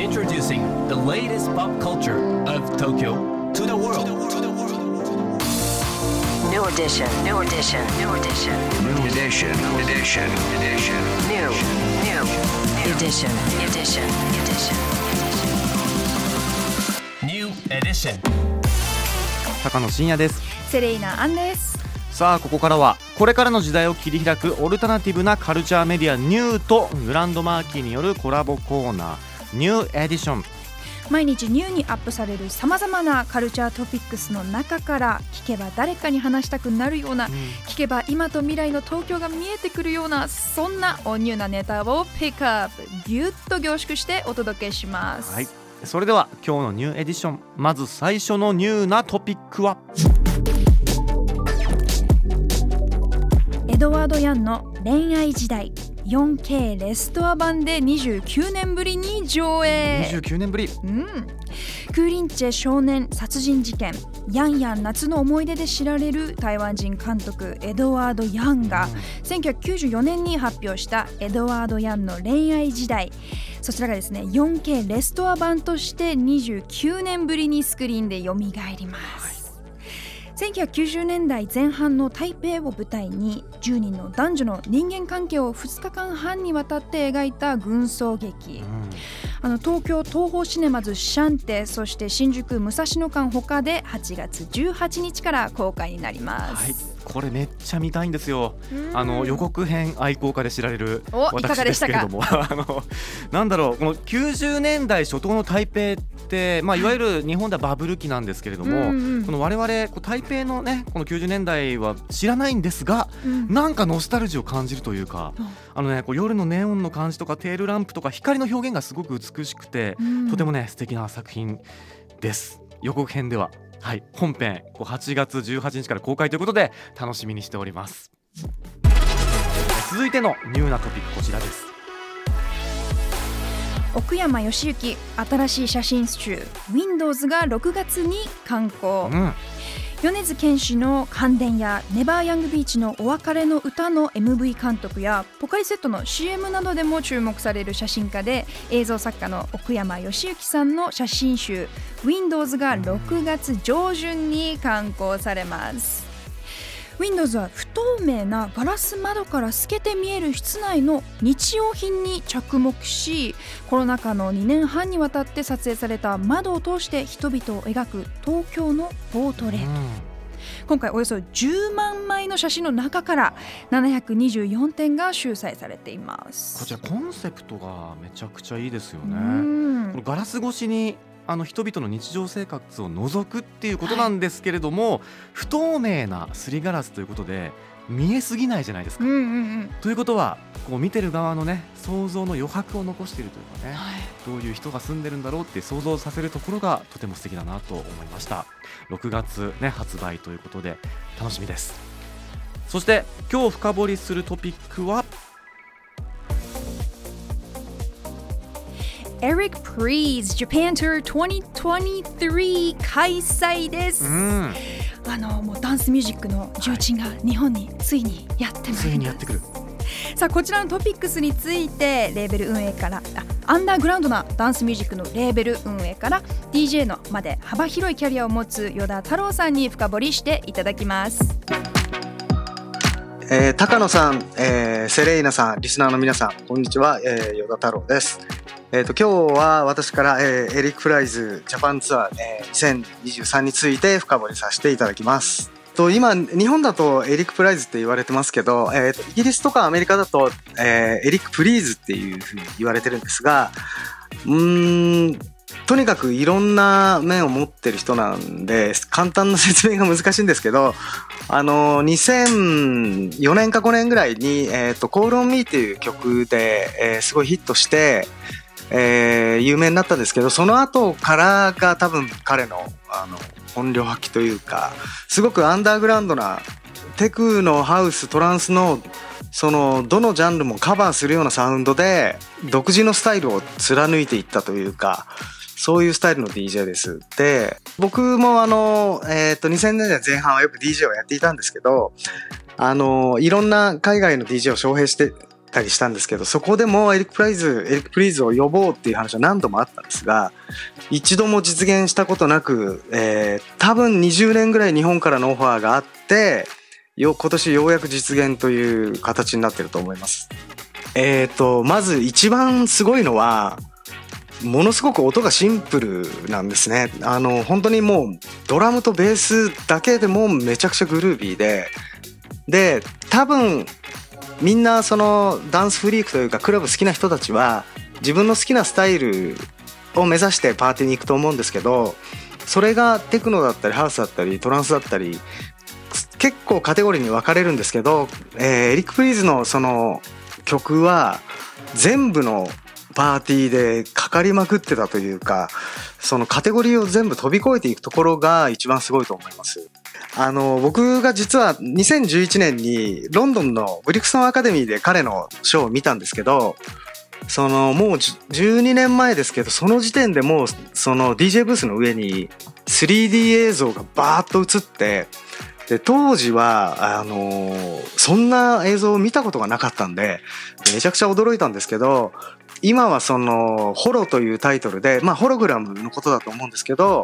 Introducing the latest pop culture of Tokyo to the world. New edition, new edition, new edition, New edition, edition, edition. new edition, edition, edition. New edition. 高野真也です。 セレイナアンです。 さあここからはこれからの時代を切り開くオルタナティブなカルチャーメディアニューとグランドマーキーによるコラボコーナーニューエディション。 毎日ニューにアップされるさまざまなカルチャートピックスの中から聞けば誰かに話したくなるような、聞けば今と未来の東京が見えてくるような、そんなおニューなネタをピックアップギュッと凝縮してお届けします。 はい、それでは今日のニューエディション、まず最初のニューなトピックはエドワード・ヤンの恋愛時代 4K レストア版で29年ぶりに上映。 29年ぶり、 クーリンチェ少年殺人事件ヤンヤン夏の思い出で知られる台湾人監督エドワード・ヤンが1994年に発表したエドワード・ヤンの恋愛時代、そちらがですね 4K レストア版として29年ぶりにスクリーンで蘇ります。1990年代前半の台北を舞台に10人の男女の人間関係を2日間半にわたって描いた群像劇、東京東宝シネマズシャンテ、そして新宿武蔵野館他で8月18日から公開になります。 はい、これめっちゃ見たいんですよ。予告編愛好家で知られる私ですけれどもなんだろう、この90年代初頭の台北って、いわゆる日本ではバブル期なんですけれども、この我々台北のねこの90年代は知らないんですが、なんかノスタルジーを感じるというか、こう夜のネオンの感じとかテールランプとか光の表現がすごく美しくて、とてもね素敵な作品です。予告編では本編8月18日から公開ということで楽しみにしております。続いてのニューなトピックこちらです。 奥山義行新しい写真集 Windows が6月に刊行、米津玄師の感電やネバーヤングビーチのお別れの歌の MV 監督やポカリセットの CM などでも注目される写真家で映像作家の奥山義行さんの写真集 Windows が6月上旬に刊行されます。Windows は不透明なガラス窓から透けて見える室内の日用品に着目し、コロナ禍の2年半にわたって撮影された窓を通して人々を描く東京のポートレート、今回およそ10万枚の写真の中から724点が秀載されています。 こちらコンセプトがめちゃくちゃいいですよね。このガラス越しに人々の日常生活を覗くっていうことなんですけれども、不透明なすりガラスということで見えすぎないじゃないですか、ということはこう見てる側のね想像の余白を残しているというかね、どういう人が住んでるんだろうって想像させるところがとても素敵だなと思いました。6月ね発売ということで楽しみです。そして今日深掘りするトピックは Eric Priest Japan Tour 2023開催です。もうダンスミュージックの重鎮が日本についにやってまいります。 ついにやってくる。 さあこちらのトピックスについてレーベル運営からアンダーグラウンドなダンスミュージックのレーベル運営から DJ のまで幅広いキャリアを持つ与田太郎さんに深掘りしていただきます。 高野さん、セレイナさん、リスナーの皆さんこんにちは、与田太郎です。今日は私から、エリック・プライズジャパンツアー、2023について深掘りさせていただきます。今日本だとエリック・プライズって言われてますけど、イギリスとかアメリカだと、エリック・プリーズっていうふうに言われてるんですが、とにかくいろんな面を持ってる人なんで簡単な説明が難しいんですけど、2004年か5年ぐらいに、Call on Me っていう曲で、すごいヒットして有名になったんですけど、その後からが多分彼の本領発揮というか、すごくアンダーグラウンドなテクノ、ハウス、トランスのそのどのジャンルもカバーするようなサウンドで独自のスタイルを貫いていったというか、そういうスタイルの DJ です。で、僕も2000年代前半はよく DJ をやっていたんですけど、いろんな海外の DJ を招聘してたりしたんですけど、そこでもエリック・プリーズを呼ぼうっていう話は何度もあったんですが、一度も実現したことなく、多分20年ぐらい日本からのオファーがあって今年ようやく実現という形になってると思います。まず一番すごいのはものすごく音がシンプルなんですね。本当にもうドラムとベースだけでもめちゃくちゃグルービーで多分みんなそのダンスフリークというかクラブ好きな人たちは自分の好きなスタイルを目指してパーティーに行くと思うんですけど、それがテクノだったりハウスだったりトランスだったり結構カテゴリーに分かれるんですけど、エリック・プリーズのその曲は全部のパーティーでかかりまくってたというか、そのカテゴリーを全部飛び越えていくところが一番すごいと思います。僕が実は2011年にロンドンのブリクソンアカデミーで彼のショーを見たんですけど、そのもう12年前ですけど、その時点でもうその DJ ブースの上に 3D 映像がバーッと映って、で当時はそんな映像を見たことがなかったんでめちゃくちゃ驚いたんですけど、今はそのホロというタイトルで、ホログラムのことだと思うんですけど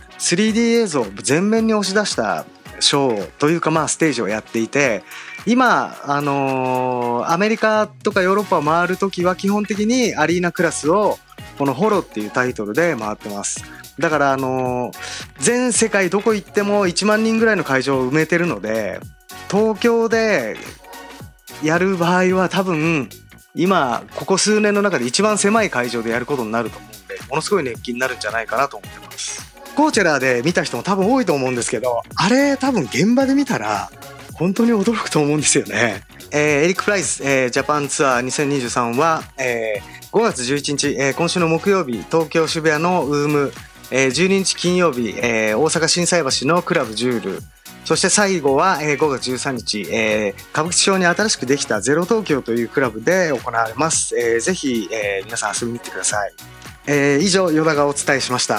3D 映像を全面に押し出したショーというかステージをやっていて、今アメリカとかヨーロッパを回るときは基本的にアリーナクラスをこのホロっていうタイトルで回ってます。だから全世界どこ行っても1万人ぐらいの会場を埋めてるので、東京でやる場合は多分今ここ数年の中で一番狭い会場でやることになると思うんで、ものすごい熱気になるんじゃないかなと思ってます。コーチェラで見た人も多分多いと思うんですけど、あれ多分現場で見たら本当に驚くと思うんですよね。エリック・プライズ、ジャパンツアー2023は、5月11日、今週の木曜日東京渋谷のウーム、12日金曜日、大阪心斎橋のクラブジュール、そして最後は、5月13日、歌舞伎町に新しくできたゼロ東京というクラブで行われます。ぜひ、皆さん遊びに行ってください。以上、与田がお伝えしました。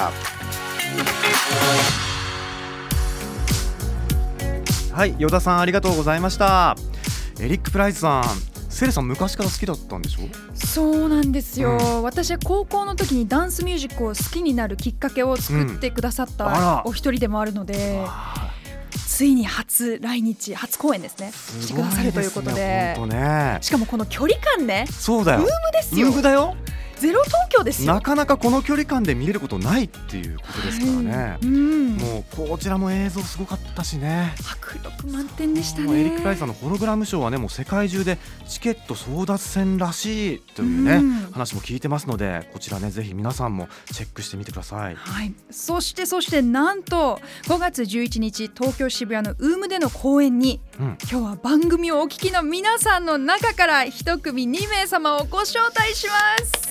はい、与田さんありがとうございました。エリック・プライズさん、セレさん昔から好きだったんでしょ？ そうなんですよ、私は高校の時にダンスミュージックを好きになるきっかけを作ってくださったお一人でもあるので、ついに初来日初公演ですねしてくださるということで、 本当ね、 しかもこの距離感ね、 そうだよ、 ウームですよ、 ウームだよ、 ゼロ東京ですよ。 なかなかこの距離感で見れることないっていうことですからね、もうこちらも映像すごかったしね、 迫力満点でしたね。 エリック・プライズさんのホログラムショーはね、もう世界中でチケット争奪戦らしいというね、話も聞いてますので、こちらねぜひ皆さんもチェックしてみてください。 はい、そしてなんと5月11日東京渋谷のウームでの公演に、今日は番組をお聞きの皆さんの中から一組2名様をご招待します。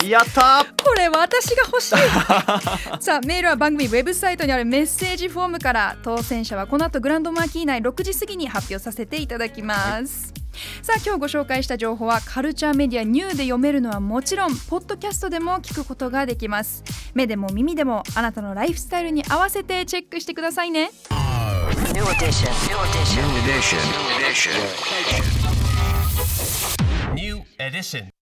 やったこれ私が欲しいさあメールは番組ウェブサイトにあるメッセージフォームから、当選者はこの後グランドマーキー内6時過ぎに発表させていただきます。さあ今日ご紹介した情報はカルチャーメディアニューで読めるのはもちろん、ポッドキャストでも聞くことができます。目でも耳でもあなたのライフスタイルに合わせてチェックしてくださいね。 New edition. New edition. New edition.